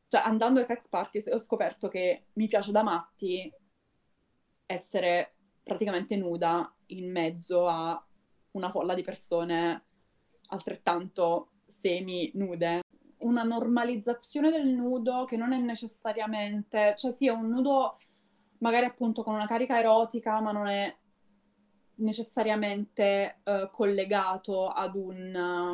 cioè andando ai sex party ho scoperto che mi piace da matti essere praticamente nuda in mezzo a una folla di persone altrettanto semi-nude. Una normalizzazione del nudo che non è necessariamente, cioè sì, è un nudo magari appunto con una carica erotica, ma non è necessariamente collegato ad un...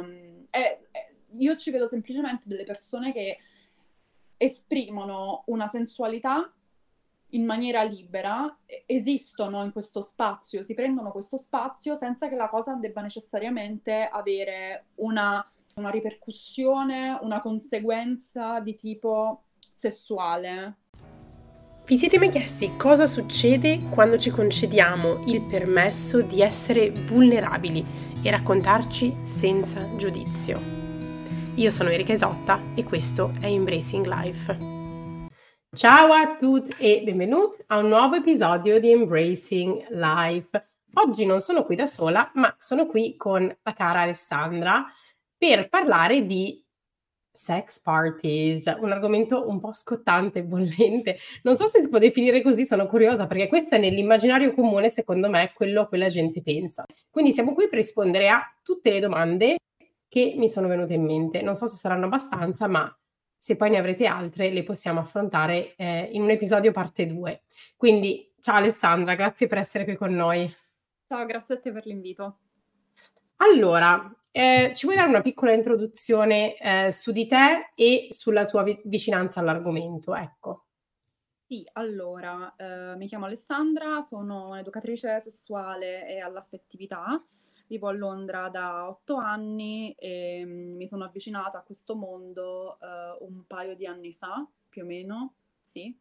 io ci vedo semplicemente delle persone che esprimono una sensualità in maniera libera, esistono in questo spazio, si prendono questo spazio senza che la cosa debba necessariamente avere una ripercussione, una conseguenza di tipo sessuale. Vi siete mai chiesti cosa succede quando ci concediamo il permesso di essere vulnerabili e raccontarci senza giudizio? Io sono Erika Isotta e questo è Embracing Life. Ciao a tutti e benvenuti a un nuovo episodio di Embracing Life. Oggi non sono qui da sola, ma sono qui con la cara Alessandra per parlare di sex parties, un argomento un po' scottante e bollente. Non so se si può definire così, sono curiosa perché questo è nell'immaginario comune, secondo me, quello a cui la gente pensa. Quindi siamo qui per rispondere a tutte le domande che mi sono venute in mente. Non so se saranno abbastanza, ma se poi ne avrete altre le possiamo affrontare in un episodio parte 2. Quindi ciao Alessandra, grazie per essere qui con noi. Ciao, grazie a te per l'invito. Allora, ci vuoi dare una piccola introduzione su di te e sulla tua vicinanza all'argomento? Ecco. Sì, allora, mi chiamo Alessandra, sono un'educatrice sessuale e all'affettività. Vivo a Londra da 8 anni e mi sono avvicinata a questo mondo un paio di anni fa, più o meno, sì.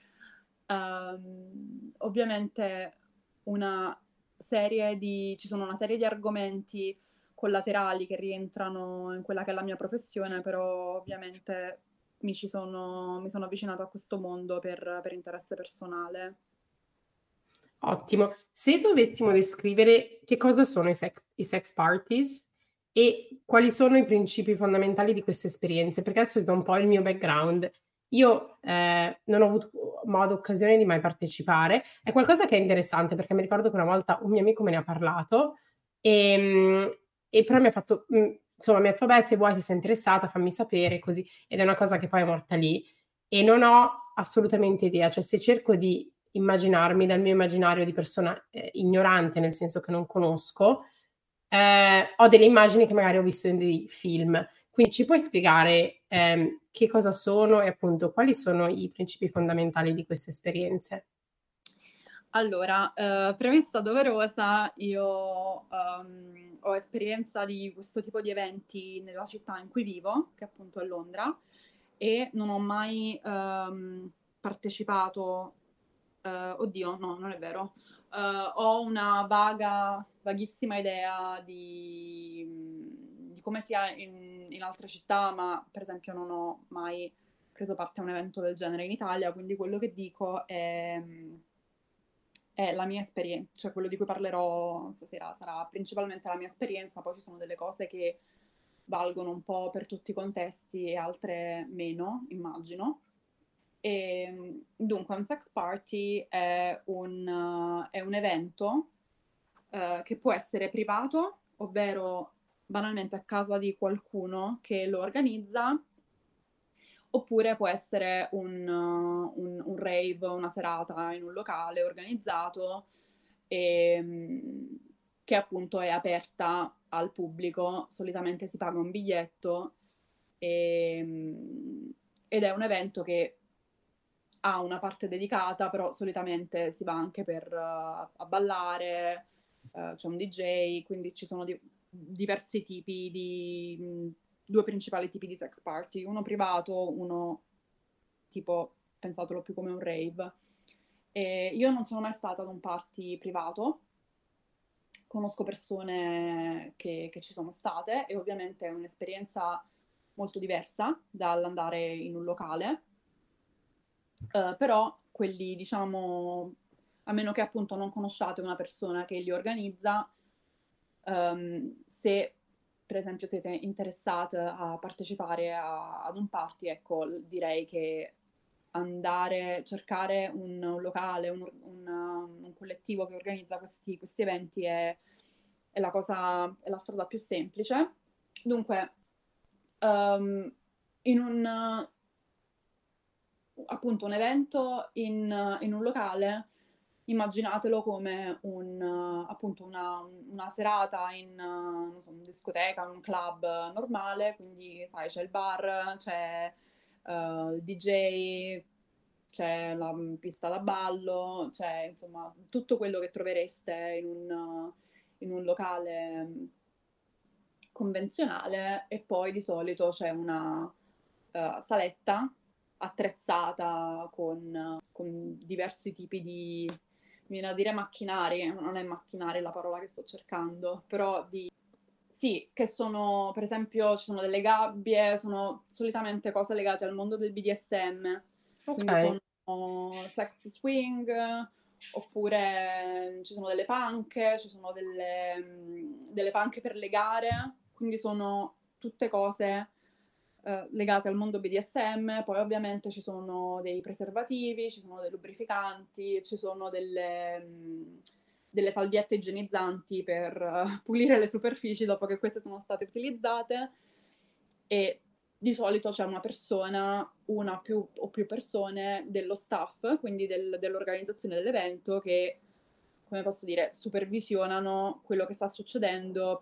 Ovviamente ci sono una serie di argomenti collaterali che rientrano in quella che è la mia professione, però ovviamente mi sono avvicinata a questo mondo per interesse personale. Ottimo. Se dovessimo descrivere che cosa sono i sex parties e quali sono i principi fondamentali di queste esperienze, perché adesso vi do un po' il mio background. Io non ho avuto modo, occasione di mai partecipare. È qualcosa che è interessante perché mi ricordo che una volta un mio amico me ne ha parlato e però mi ha fatto, insomma, mi ha detto, beh, se vuoi, se sei interessata, fammi sapere, così. Ed è una cosa che poi è morta lì e non ho assolutamente idea. Cioè, se cerco di immaginarmi dal mio immaginario di persona ignorante, nel senso che non conosco, ho delle immagini che magari ho visto in dei film. Quindi ci puoi spiegare che cosa sono e appunto quali sono i principi fondamentali di queste esperienze? Allora, premessa doverosa, io ho esperienza di questo tipo di eventi nella città in cui vivo, che appunto è Londra, e non ho mai partecipato, oddio, no, non è vero. Ho una vaghissima idea di come sia in altre città, ma per esempio non ho mai preso parte a un evento del genere in Italia, quindi quello che dico è la mia esperienza, cioè quello di cui parlerò stasera sarà principalmente la mia esperienza, poi ci sono delle cose che valgono un po' per tutti i contesti e altre meno, immagino. E, dunque, un sex party è un evento che può essere privato, ovvero banalmente a casa di qualcuno che lo organizza, oppure può essere un rave, una serata in un locale organizzato che appunto è aperta al pubblico. Solitamente si paga un biglietto ed è un evento che ha una parte dedicata, però solitamente si va anche per a ballare, c'è un DJ, quindi ci sono diversi tipi due principali tipi di sex party, uno privato, uno tipo pensatelo più come un rave. E io non sono mai stata ad un party privato, conosco persone che ci sono state e ovviamente è un'esperienza molto diversa dall'andare in un locale. Però quelli, diciamo, a meno che appunto non conosciate una persona che li organizza, se per esempio siete interessate a partecipare ad un party, ecco, direi che cercare un locale, un collettivo che organizza questi eventi è è la strada più semplice. Dunque, in appunto un evento in un locale, immaginatelo come appunto una serata non so, in discoteca, un club normale, quindi sai, c'è il bar, c'è il DJ, c'è la pista da ballo, c'è insomma tutto quello che trovereste in un locale convenzionale, e poi di solito c'è una saletta attrezzata con diversi tipi mi viene a dire macchinari, non è macchinari la parola che sto cercando, però sì, che sono, per esempio, ci sono delle gabbie, sono solitamente cose legate al mondo del BDSM, quindi Ok. sono sex swing, oppure ci sono delle panche, ci sono delle panche per legare, quindi sono tutte cose legate al mondo BDSM. Poi ovviamente ci sono dei preservativi, ci sono dei lubrificanti, ci sono delle salviette igienizzanti per pulire le superfici dopo che queste sono state utilizzate, e di solito c'è una persona, una o più persone dello staff, quindi dell'organizzazione dell'evento, che, come posso dire, supervisionano quello che sta succedendo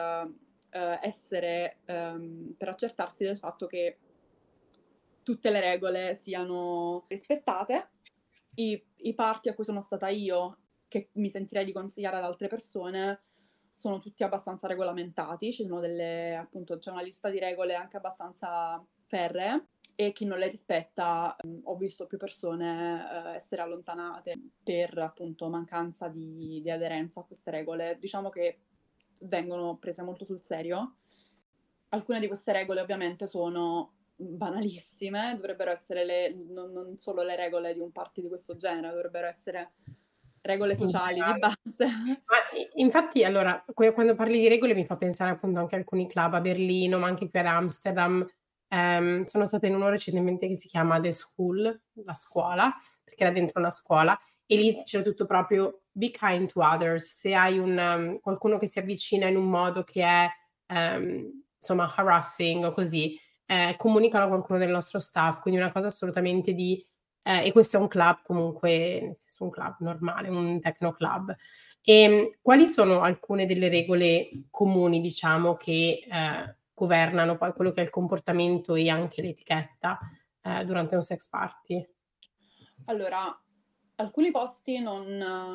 per accertarsi del fatto che tutte le regole siano rispettate. I party a cui sono stata io, che mi sentirei di consigliare ad altre persone, sono tutti abbastanza regolamentati, appunto, c'è una lista di regole anche abbastanza ferree, e chi non le rispetta, ho visto più persone essere allontanate per appunto mancanza di aderenza a queste regole. Diciamo che vengono prese molto sul serio. Alcune di queste regole ovviamente sono banalissime, dovrebbero essere non solo le regole di un party di questo genere, dovrebbero essere regole In sociali di generale. base. Ma infatti allora, quando parli di regole mi fa pensare appunto anche a alcuni club a Berlino, ma anche qui ad Amsterdam. Sono stata in uno recentemente che si chiama The School, la scuola, perché era dentro una scuola, e lì c'era tutto proprio be kind to others. Se hai qualcuno che si avvicina in un modo che è insomma harassing o così, comunicalo a qualcuno del nostro staff, quindi una cosa assolutamente e questo è un club comunque, nel senso un club normale, un techno club. Quali sono alcune delle regole comuni, diciamo, che governano poi quello che è il comportamento e anche l'etichetta durante un sex party? Allora, alcuni posti non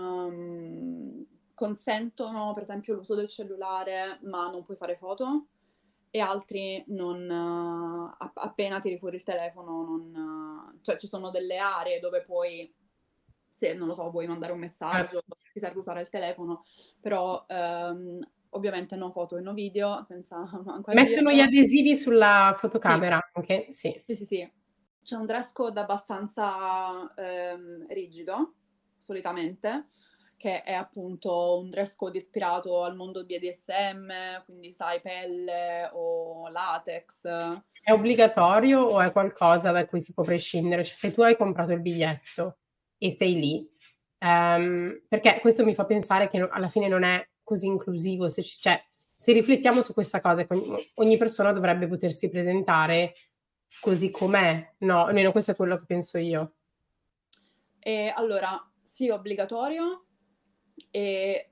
consentono, per esempio, l'uso del cellulare, ma non puoi fare foto, e altri appena tiri fuori il telefono, cioè ci sono delle aree dove puoi, se non lo so, vuoi mandare un messaggio, Certo. ti serve usare il telefono, però ovviamente no foto e no video, senza manco a Mettono gli dirlo. adesivi sulla Sì, fotocamera anche? Sì. sì, sì, sì. C'è un dress code abbastanza rigido, solitamente, che è appunto un dress code ispirato al mondo BDSM, quindi sai, pelle o latex. È obbligatorio o è qualcosa da cui si può prescindere? Cioè, se tu hai comprato il biglietto e sei lì, perché questo mi fa pensare che alla fine non è così inclusivo, cioè, se riflettiamo su questa cosa, che ogni persona dovrebbe potersi presentare così com'è, no? Almeno questo è quello che penso io. E allora, sì, è obbligatorio, e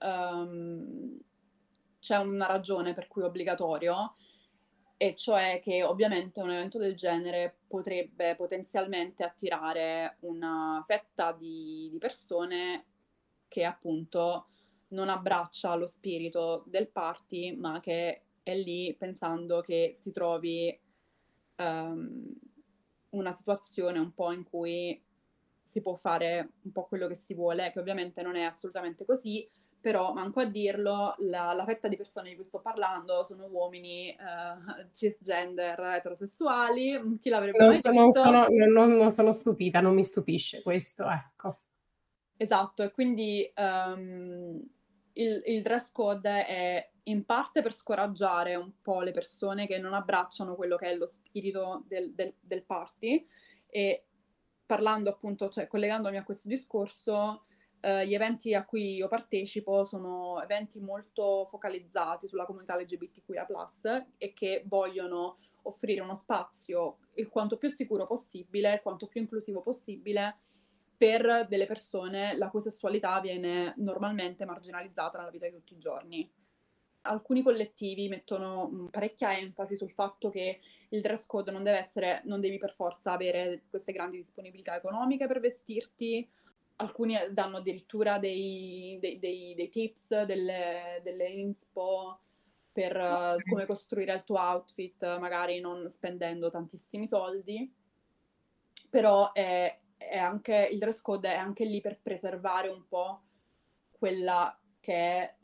c'è una ragione per cui è obbligatorio, e cioè che ovviamente un evento del genere potrebbe potenzialmente attirare una fetta di persone che appunto non abbraccia lo spirito del party, ma che è lì pensando che si trovi ehm, una situazione un po' in cui si può fare un po' quello che si vuole, che ovviamente non è assolutamente così, però manco a dirlo, la fetta di persone di cui sto parlando sono uomini cisgender eterosessuali, chi l'avrebbe Non mai so non detto? sono non sono stupita, non mi stupisce questo, ecco. Esatto, e quindi il dress code è in parte per scoraggiare un po' le persone che non abbracciano quello che è lo spirito del party, e parlando appunto, cioè collegandomi a questo discorso, gli eventi a cui io partecipo sono eventi molto focalizzati sulla comunità LGBTQIA+, e che vogliono offrire uno spazio il quanto più sicuro possibile, quanto più inclusivo possibile per delle persone la cui sessualità viene normalmente marginalizzata nella vita di tutti i giorni. Alcuni collettivi mettono parecchia enfasi sul fatto che il dress code non devi per forza avere queste grandi disponibilità economiche per vestirti. Alcuni danno addirittura dei tips, delle inspo per come costruire il tuo outfit, magari non spendendo tantissimi soldi. Però è anche, il dress code è anche lì per preservare un po' quella che è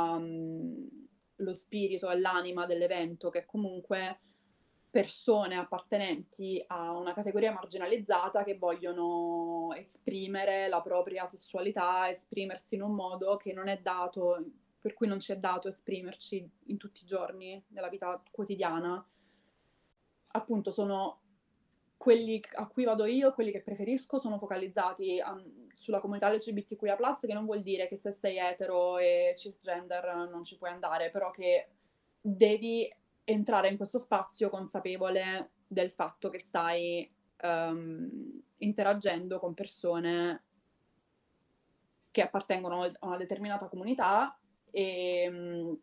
lo spirito e l'anima dell'evento, che comunque persone appartenenti a una categoria marginalizzata che vogliono esprimere la propria sessualità, esprimersi in un modo che non è dato, per cui non ci è dato esprimerci in tutti i giorni della vita quotidiana. Appunto sono quelli a cui vado io, quelli che preferisco, sono focalizzati sulla comunità LGBTQIA+, che non vuol dire che se sei etero e cisgender non ci puoi andare, però che devi entrare in questo spazio consapevole del fatto che stai interagendo con persone che appartengono a una determinata comunità e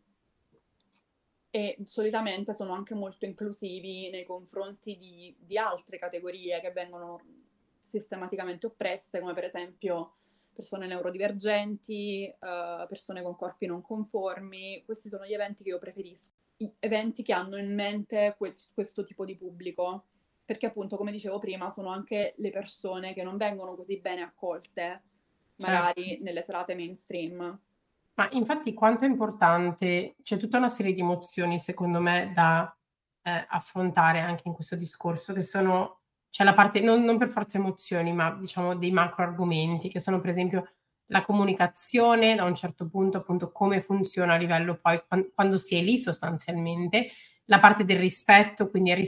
solitamente sono anche molto inclusivi nei confronti di altre categorie che vengono sistematicamente oppresse, come per esempio persone neurodivergenti, persone con corpi non conformi. Questi sono gli eventi che io preferisco, eventi che hanno in mente questo tipo di pubblico, perché appunto, come dicevo prima, sono anche le persone che non vengono così bene accolte magari Certo. nelle serate mainstream. Ma infatti quanto è importante, c'è tutta una serie di emozioni secondo me da affrontare anche in questo discorso, che sono, c'è la parte, non per forza emozioni, ma diciamo dei macro argomenti, che sono per esempio la comunicazione da un certo punto, appunto come funziona a livello poi quando si è lì sostanzialmente, la parte del rispetto, quindi il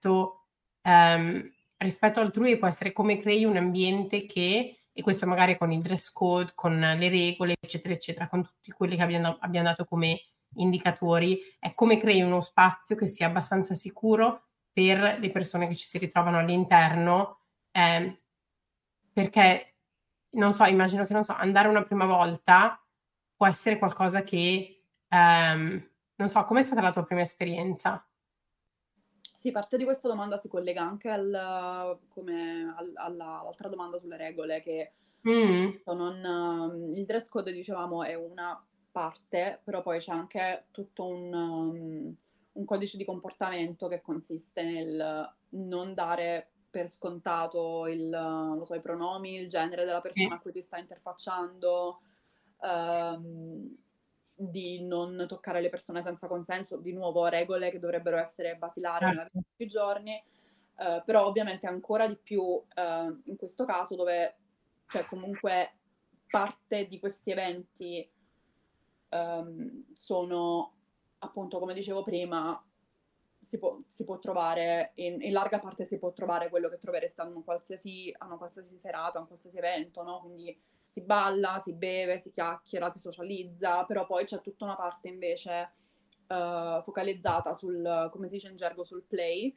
rispetto altrui, può essere come crei un ambiente che, e questo magari con il dress code, con le regole, eccetera, eccetera, con tutti quelli che abbiamo dato come indicatori, è come crei uno spazio che sia abbastanza sicuro per le persone che ci si ritrovano all'interno, perché, non so, immagino che, non so, andare una prima volta può essere qualcosa che, non so, com'è stata la tua prima esperienza? Sì, parte di questa domanda si collega anche all'altra domanda sulle regole, che Mh. il dress code, dicevamo, è una parte, però poi c'è anche tutto un codice di comportamento che consiste nel non dare per scontato lo so, i pronomi, il genere della persona a Sì, cui ti stai interfacciando, ehm, di non toccare le persone senza consenso, di nuovo regole che dovrebbero essere basilari nella vita certo. di tutti i giorni, però ovviamente ancora di più in questo caso, dove cioè comunque parte di questi eventi sono appunto, come dicevo prima, si può trovare, in larga parte si può trovare quello che trovereste a una qualsiasi serata, a un qualsiasi evento, no? Quindi si balla, si beve, si chiacchiera, si socializza, però poi c'è tutta una parte invece focalizzata sul, come si dice in gergo, sul play,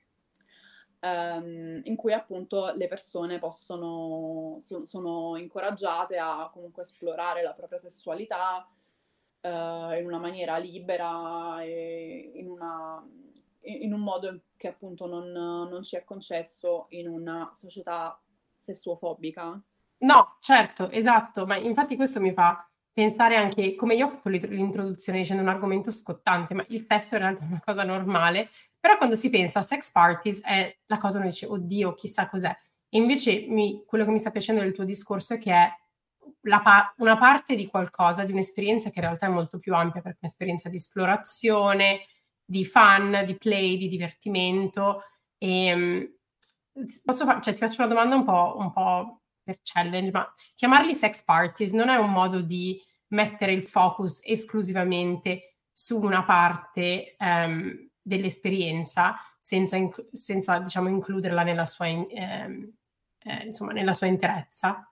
in cui appunto le persone sono incoraggiate a comunque esplorare la propria sessualità in una maniera libera e in un modo che appunto non ci è concesso in una società sessuofobica. No, certo, esatto, ma infatti questo mi fa pensare anche, come io ho fatto l'introduzione dicendo un argomento scottante, ma il sesso in realtà è una cosa normale, però quando si pensa a sex parties è la cosa, uno dice: "Oddio, chissà cos'è". E invece quello che mi sta piacendo del tuo discorso è che è una parte di qualcosa, di un'esperienza che in realtà è molto più ampia, perché è un'esperienza di esplorazione, di fun, di play, di divertimento. Ehm, cioè ti faccio una domanda un po' per challenge, ma chiamarli sex parties non è un modo di mettere il focus esclusivamente su una parte dell'esperienza senza diciamo includerla nella sua insomma nella sua interezza?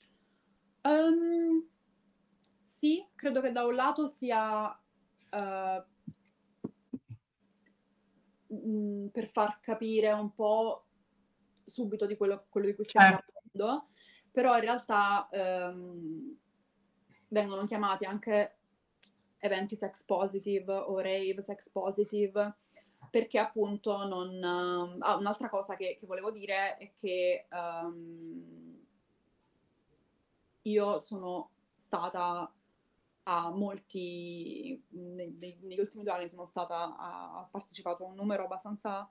Sì, credo che da un lato sia per far capire un po' subito di quello di cui stiamo Certo. parlando, però in realtà vengono chiamati anche eventi sex positive o rave sex positive, perché appunto non... un'altra cosa che volevo dire è che io sono stata a molti... negli ultimi 2 anni sono stata ho partecipato a un numero abbastanza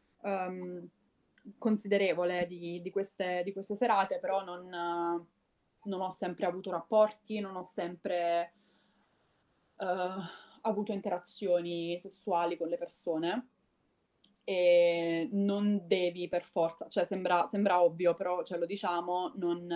considerevole di queste serate, però non ho sempre avuto rapporti, non ho sempre avuto interazioni sessuali con le persone e non devi per forza, cioè sembra ovvio, però ce lo diciamo,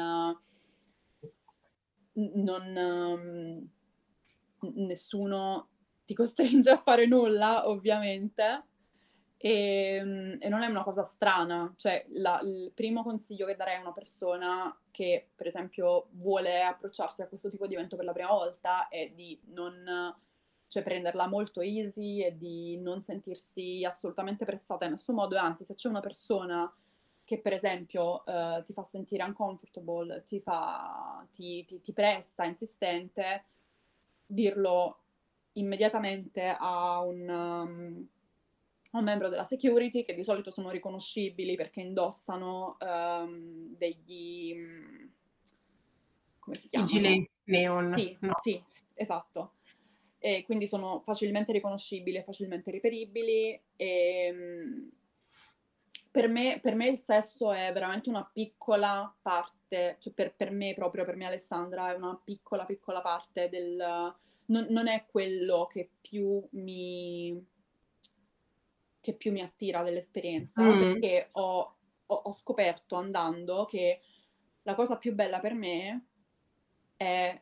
nessuno ti costringe a fare nulla, ovviamente, e non è una cosa strana. Cioè, il primo consiglio che darei a una persona che, per esempio, vuole approcciarsi a questo tipo di evento per la prima volta è di non, cioè, prenderla molto easy e di non sentirsi assolutamente pressata in nessun modo, e anzi, se c'è una persona che per esempio ti fa sentire uncomfortable, ti pressa, insistente, dirlo immediatamente a un membro della security, che di solito sono riconoscibili perché indossano degli... come si I chiamano? gilet neon, Sì, no? sì, esatto. E quindi sono facilmente riconoscibili e facilmente reperibili. E, per me il sesso è veramente una piccola parte, cioè per me proprio, per me Alessandra, è una piccola, piccola parte non è quello che più mi attira dell'esperienza, perché ho scoperto andando che la cosa più bella per me è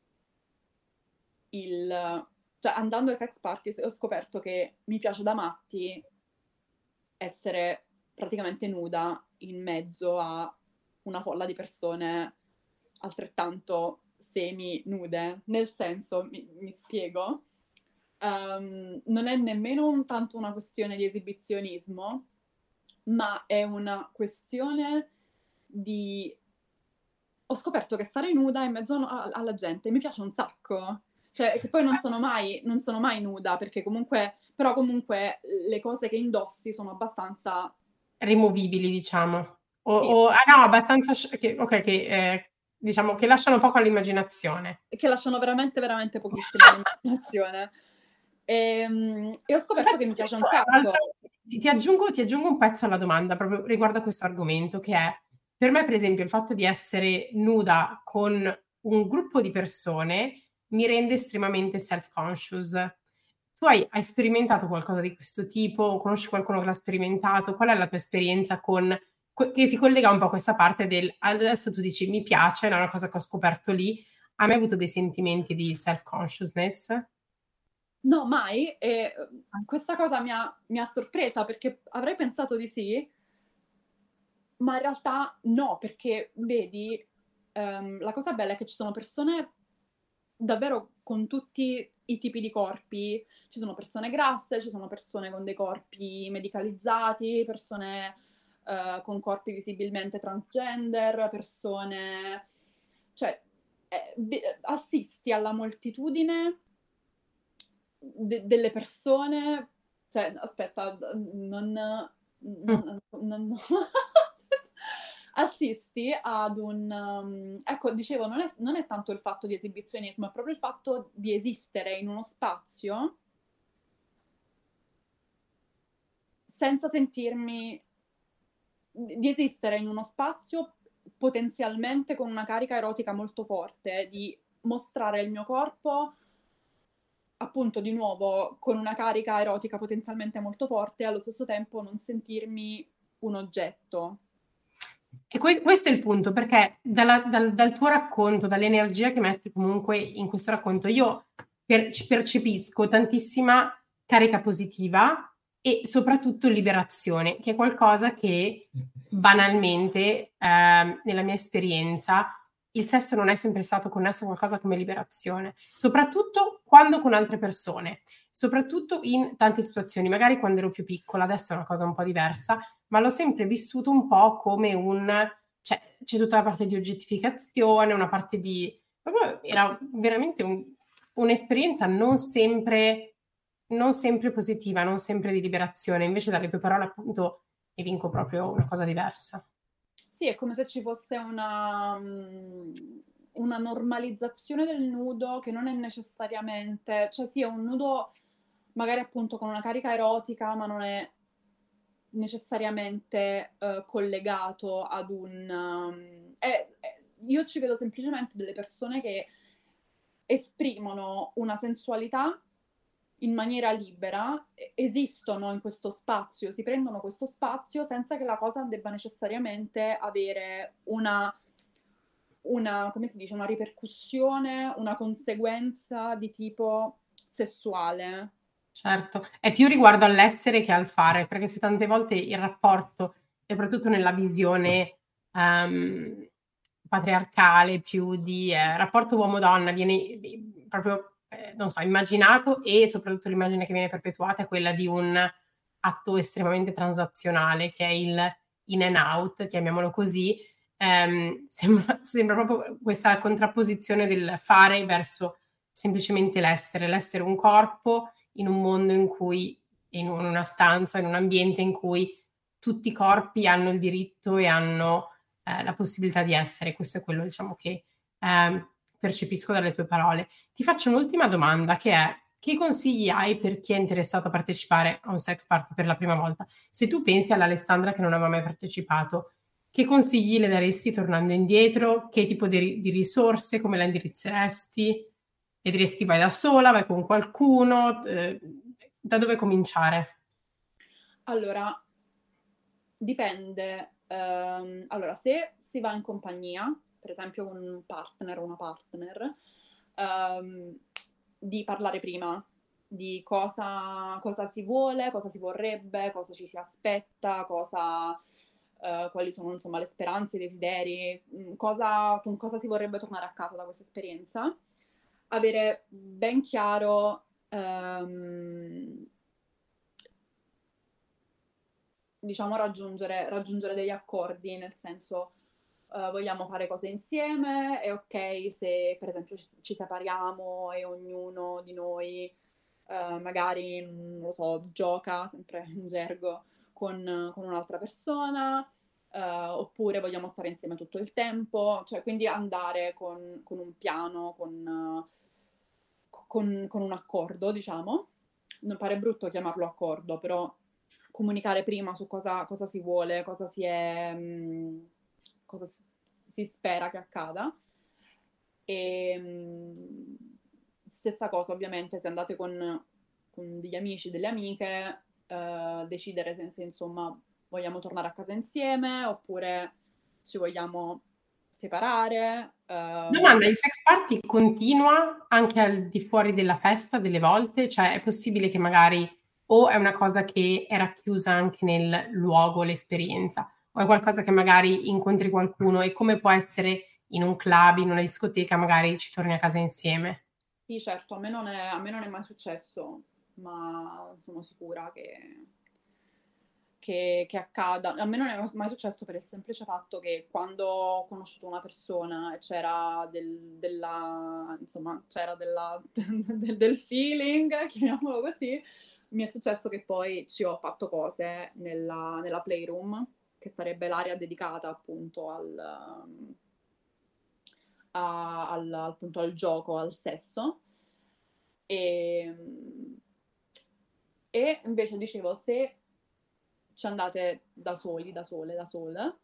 cioè andando ai sex parties ho scoperto che mi piace da matti essere praticamente nuda in mezzo a una folla di persone altrettanto semi-nude, nel senso, mi spiego, non è nemmeno tanto una questione di esibizionismo, ma è una questione di... Ho scoperto che stare nuda in mezzo alla gente mi piace un sacco. Cioè, che poi non sono mai nuda, perché comunque, però comunque le cose che indossi sono abbastanza... Rimovibili, diciamo. Sì, No, abbastanza che diciamo che lasciano poco all'immaginazione. che lasciano veramente, veramente pochissimo all'immaginazione. E ho scoperto che Infatti mi piace un questo è un sacco. altro ti aggiungo un pezzo alla domanda proprio riguardo a questo argomento, che è: per me per esempio il fatto di essere nuda con un gruppo di persone mi rende estremamente self-conscious. Tu hai sperimentato qualcosa di questo tipo? Conosci qualcuno che l'ha sperimentato? Qual è la tua esperienza che si collega un po' a questa parte adesso tu dici mi piace, è una cosa che ho scoperto lì. Hai mai avuto dei sentimenti di self-consciousness? No, mai. E questa cosa mi ha sorpresa perché avrei pensato di sì, ma in realtà no, perché vedi, la cosa bella è che ci sono persone davvero con tutti i tipi di corpi. Ci sono persone grasse, ci sono persone con dei corpi medicalizzati, persone con corpi visibilmente transgender, persone... Cioè, assisti alla moltitudine delle persone... Cioè, aspetta, assisti ad ecco, dicevo, non è tanto il fatto di esibizionismo, è proprio il fatto di esistere in uno spazio senza sentirmi... di esistere in uno spazio potenzialmente con una carica erotica molto forte, di mostrare il mio corpo appunto di nuovo con una carica erotica potenzialmente molto forte e allo stesso tempo non sentirmi un oggetto. E questo è il punto, perché dal tuo racconto, dall'energia che metti comunque in questo racconto, io percepisco tantissima carica positiva e soprattutto liberazione, che è qualcosa che banalmente, nella mia esperienza, il sesso non è sempre stato connesso a qualcosa come liberazione, soprattutto quando con altre persone, soprattutto in tante situazioni, magari quando ero più piccola, adesso è una cosa un po' diversa, ma l'ho sempre vissuto un po' come cioè c'è tutta la parte di oggettificazione, una parte di proprio era veramente un'esperienza non sempre positiva, non sempre di liberazione. Invece dalle tue parole appunto ne vinco proprio una cosa diversa. Sì, è come se ci fosse una normalizzazione del nudo che non è necessariamente, cioè sì, è un nudo magari appunto con una carica erotica, ma non è necessariamente collegato ad io ci vedo semplicemente delle persone che esprimono una sensualità in maniera libera, esistono in questo spazio, si prendono questo spazio senza che la cosa debba necessariamente avere come si dice, una ripercussione, una conseguenza di tipo sessuale. Certo, è più riguardo all'essere che al fare, perché se tante volte il rapporto, soprattutto nella visione patriarcale, più di rapporto uomo-donna, viene proprio, non so, immaginato, e soprattutto l'immagine che viene perpetuata è quella di un atto estremamente transazionale, che è il in and out, chiamiamolo così. Sembra proprio questa contrapposizione del fare verso semplicemente l'essere un corpo in un mondo in cui, in una stanza, in un ambiente in cui tutti i corpi hanno il diritto e hanno la possibilità di essere. Questo è quello, diciamo, che percepisco dalle tue parole. Ti faccio un'ultima domanda, che è: che consigli hai per chi è interessato a partecipare a un sex party per la prima volta? Se tu pensi all'Alessandra che non aveva mai partecipato, che consigli le daresti tornando indietro? Che tipo di risorse? Come la indirizzeresti? Le diresti vai da sola, vai con qualcuno? Da dove cominciare? Allora, dipende. Allora, se si va in compagnia, per esempio con un partner o una partner, ehm, di parlare prima di cosa si vuole, cosa si vorrebbe, cosa ci si aspetta, quali sono insomma le speranze, i desideri, con cosa si vorrebbe tornare a casa da questa esperienza. Avere ben chiaro diciamo, raggiungere degli accordi, nel senso, vogliamo fare cose insieme, è ok se per esempio ci separiamo e ognuno di noi magari, non lo so, gioca, sempre in gergo, con un'altra persona, oppure vogliamo stare insieme tutto il tempo, cioè quindi andare con un piano, con un accordo, diciamo. Non pare brutto chiamarlo accordo, però comunicare prima su cosa si vuole, cosa si spera che accada. E stessa cosa, ovviamente, se andate con degli amici, delle amiche, decidere se insomma vogliamo tornare a casa insieme oppure ci vogliamo separare. Domanda: il sex party continua anche al di fuori della festa delle volte? Cioè è possibile che magari, o è una cosa che è racchiusa anche nel luogo, l'esperienza, o è qualcosa che magari incontri qualcuno, e come può essere in un club, in una discoteca, magari ci torni a casa insieme? Sì, certo, a me non è mai successo, ma sono sicura che accada. A me non è mai successo per il semplice fatto che quando ho conosciuto una persona e insomma, c'era del feeling, chiamiamolo così, mi è successo che poi ci ho fatto cose nella playroom, che sarebbe l'area dedicata appunto appunto al gioco, al sesso. E, e invece dicevo, se ci andate da soli, da sole, da sole,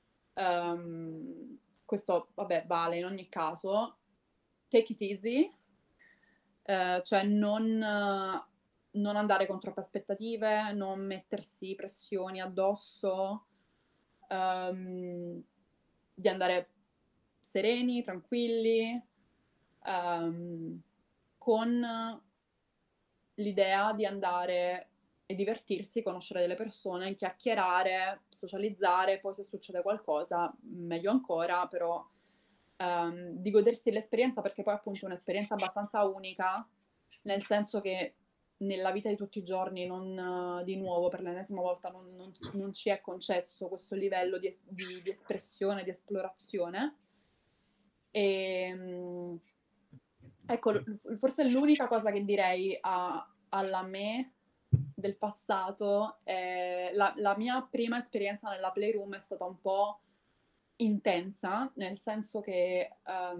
questo vabbè vale in ogni caso, take it easy, cioè non andare con troppe aspettative, non mettersi pressioni addosso, ehm, di andare sereni, tranquilli, con l'idea di andare e divertirsi, conoscere delle persone, chiacchierare, socializzare, poi se succede qualcosa meglio ancora, però di godersi l'esperienza, perché poi appunto è un'esperienza abbastanza unica, nel senso che nella vita di tutti i giorni di nuovo per l'ennesima volta non ci è concesso questo livello di espressione, di esplorazione. E ecco, forse l'unica cosa che direi alla me del passato è la mia prima esperienza nella Playroom è stata un po' intensa, nel senso che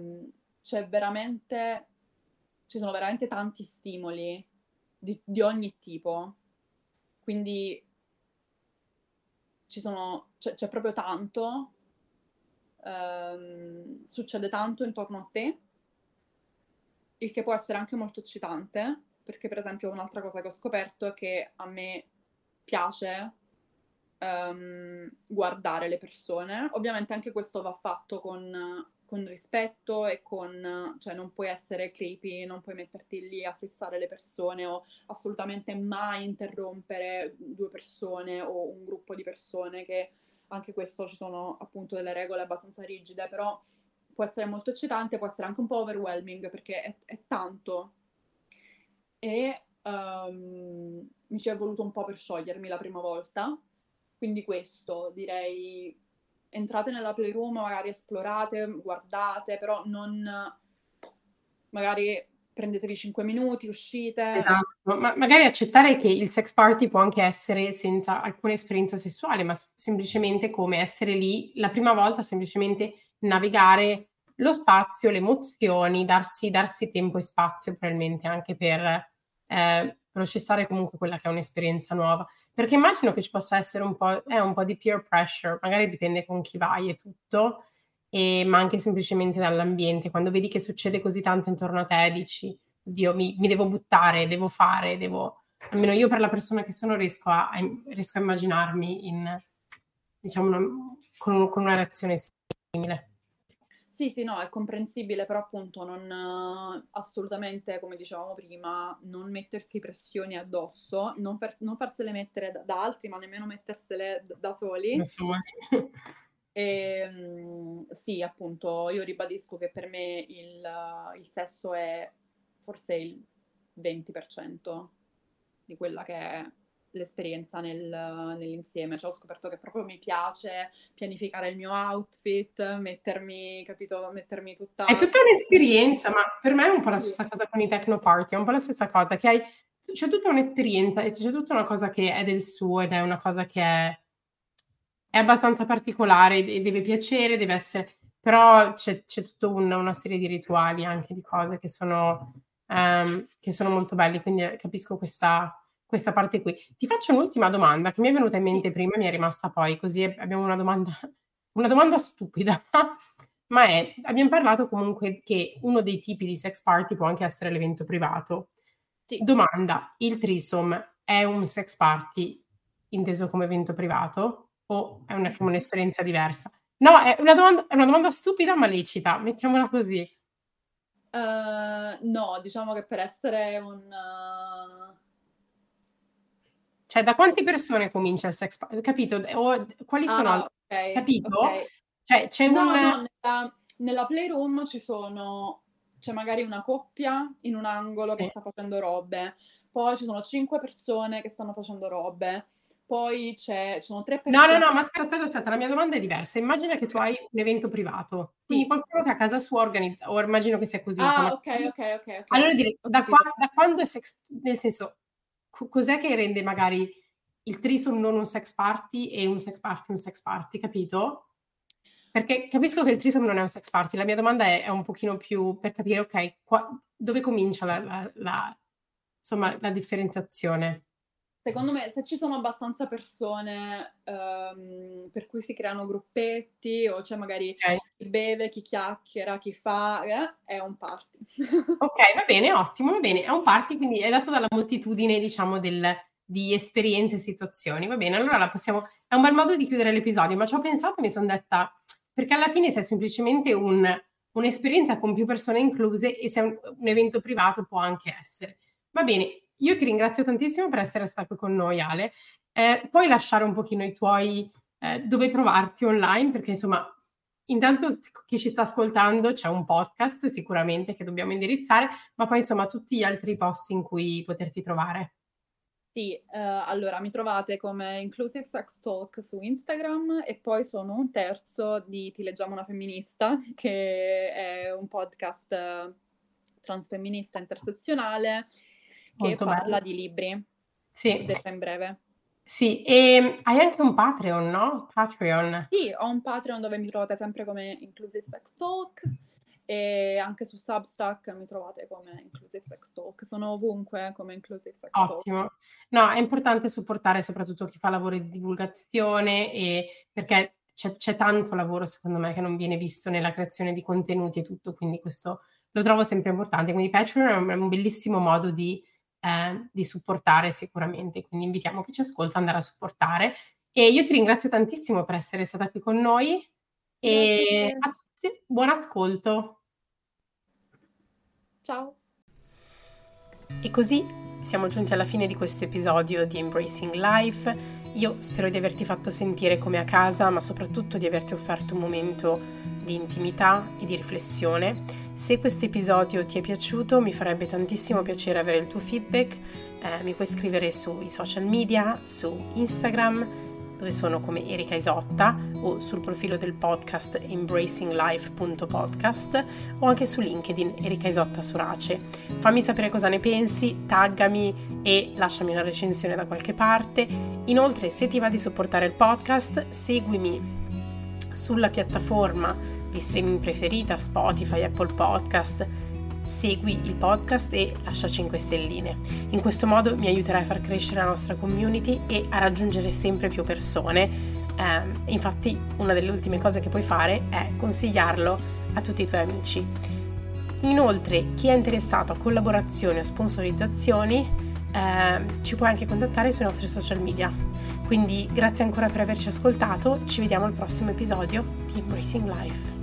ci sono veramente tanti stimoli di ogni tipo, quindi c'è proprio tanto, succede tanto intorno a te, il che può essere anche molto eccitante, perché per esempio un'altra cosa che ho scoperto è che a me piace guardare le persone. Ovviamente anche questo va fatto con rispetto e cioè non puoi essere creepy, non puoi metterti lì a fissare le persone o assolutamente mai interrompere due persone o un gruppo di persone, che anche questo ci sono appunto delle regole abbastanza rigide, però può essere molto eccitante, può essere anche un po' overwhelming perché è tanto. E mi ci è voluto un po' per sciogliermi la prima volta. Quindi questo, direi, entrate nella Playroom, magari esplorate, guardate, però non magari prendetevi 5 minuti, uscite. Esatto, ma magari accettare che il sex party può anche essere senza alcuna esperienza sessuale, ma semplicemente come essere lì la prima volta, semplicemente navigare lo spazio, le emozioni, darsi tempo e spazio probabilmente anche per processare comunque quella che è un'esperienza nuova. Perché immagino che ci possa essere un po' di peer pressure, magari dipende con chi vai e tutto, ma anche semplicemente dall'ambiente. Quando vedi che succede così tanto intorno a te, dici Dio, mi devo buttare, devo fare, almeno io per la persona che sono riesco a immaginarmi con una reazione simile. Sì, sì, no, è comprensibile, però appunto non assolutamente, come dicevamo prima, non mettersi pressioni addosso, non farsele mettere da altri, ma nemmeno mettersele da soli. Insomma. Sì, appunto, io ribadisco che per me il sesso è forse il 20% di quella che è l'esperienza nell'insieme. Cioè, ho scoperto che proprio mi piace pianificare il mio outfit, mettermi tutta... È tutta un'esperienza, ma per me è un po' la stessa cosa con i techno party, è un po' la stessa cosa, c'è tutta un'esperienza e c'è tutta una cosa che è del suo ed è una cosa che è abbastanza particolare e deve piacere, deve essere, però c'è tutta una serie di rituali, anche di cose che sono molto belli, quindi capisco questa parte qui. Ti faccio un'ultima domanda che mi è venuta in mente prima e mi è rimasta poi, così abbiamo una domanda stupida, ma abbiamo parlato comunque che uno dei tipi di sex party può anche essere l'evento privato. Sì. Domanda, il threesome è un sex party inteso come evento privato o è un'esperienza diversa? No, è una domanda stupida ma lecita, mettiamola così. No, diciamo che per essere Cioè, da quante persone comincia il sex party? Capito? O quali sono... ok, capito? ok. Cioè, c'è No, nella Playroom c'è magari una coppia in un angolo che sta facendo robe, poi ci sono 5 persone che stanno facendo robe, poi ci sono 3 persone... No, ma aspetta, la mia domanda è diversa. Immagina che tu hai un evento privato, quindi Sì. qualcuno che a casa sua organizza, o immagino che sia così, insomma. Ok. Allora direi, Ho da capito. quando è sex, nel senso, cos'è che rende magari il threesome non un sex party e un sex party, capito? Perché capisco che il threesome non è un sex party, la mia domanda è un pochino più per capire, ok, dove comincia insomma, la differenziazione? Secondo me, se ci sono abbastanza persone per cui si creano gruppetti o c'è magari Okay. chi beve, chi chiacchiera, chi fa, è un party. Ok, va bene, ottimo, va bene. È un party, quindi è dato dalla moltitudine, diciamo, di esperienze e situazioni. Va bene, allora è un bel modo di chiudere l'episodio, ma ci ho pensato e mi sono detta, perché alla fine se è semplicemente un'esperienza con più persone incluse, e se è un evento privato può anche essere. Va bene, io ti ringrazio tantissimo per essere stata qui con noi, Ale. Puoi lasciare un pochino i tuoi dove trovarti online, perché insomma, intanto chi ci sta ascoltando c'è un podcast sicuramente che dobbiamo indirizzare, ma poi insomma tutti gli altri posti in cui poterti trovare. Sì, allora mi trovate come Inclusive Sex Talk su Instagram e poi sono un terzo di Ti leggiamo una femminista, che è un podcast transfemminista intersezionale che Molto parla bello. di libri, Sì. detta in breve. Sì, e hai anche un Patreon, no? Patreon. Sì, ho un Patreon dove mi trovate sempre come Inclusive Sex Talk e anche su Substack mi trovate come Inclusive Sex Talk. Sono ovunque come Inclusive Sex Talk. Ottimo. No, è importante supportare soprattutto chi fa lavori di divulgazione, e perché c'è tanto lavoro, secondo me, che non viene visto nella creazione di contenuti e tutto, quindi questo lo trovo sempre importante. Quindi Patreon è un bellissimo modo di supportare sicuramente, quindi invitiamo chi ci ascolta ad andare a supportare. E io ti ringrazio tantissimo per essere stata qui con noi e Grazie. a tutti buon ascolto. Ciao. E così siamo giunti alla fine di questo episodio di Embracing Life. Io spero di averti fatto sentire come a casa, ma soprattutto di averti offerto un momento di intimità e di riflessione. Se questo episodio ti è piaciuto, mi farebbe tantissimo piacere avere il tuo feedback. Mi puoi scrivere sui social media, su Instagram, dove sono come Erika Isotta, o sul profilo del podcast embracinglife.podcast, o anche su LinkedIn Erika Isotta Surace. Fammi sapere cosa ne pensi, taggami e lasciami una recensione da qualche parte. Inoltre, se ti va di supportare il podcast, seguimi sulla piattaforma di streaming preferita, Spotify, Apple Podcast. Segui il podcast e lascia 5 stelline. In questo modo mi aiuterai a far crescere la nostra community e a raggiungere sempre più persone. Infatti, una delle ultime cose che puoi fare è consigliarlo a tutti i tuoi amici. Inoltre, chi è interessato a collaborazioni o sponsorizzazioni ci puoi anche contattare sui nostri social media. Quindi grazie ancora per averci ascoltato, ci vediamo al prossimo episodio di Embracing Life.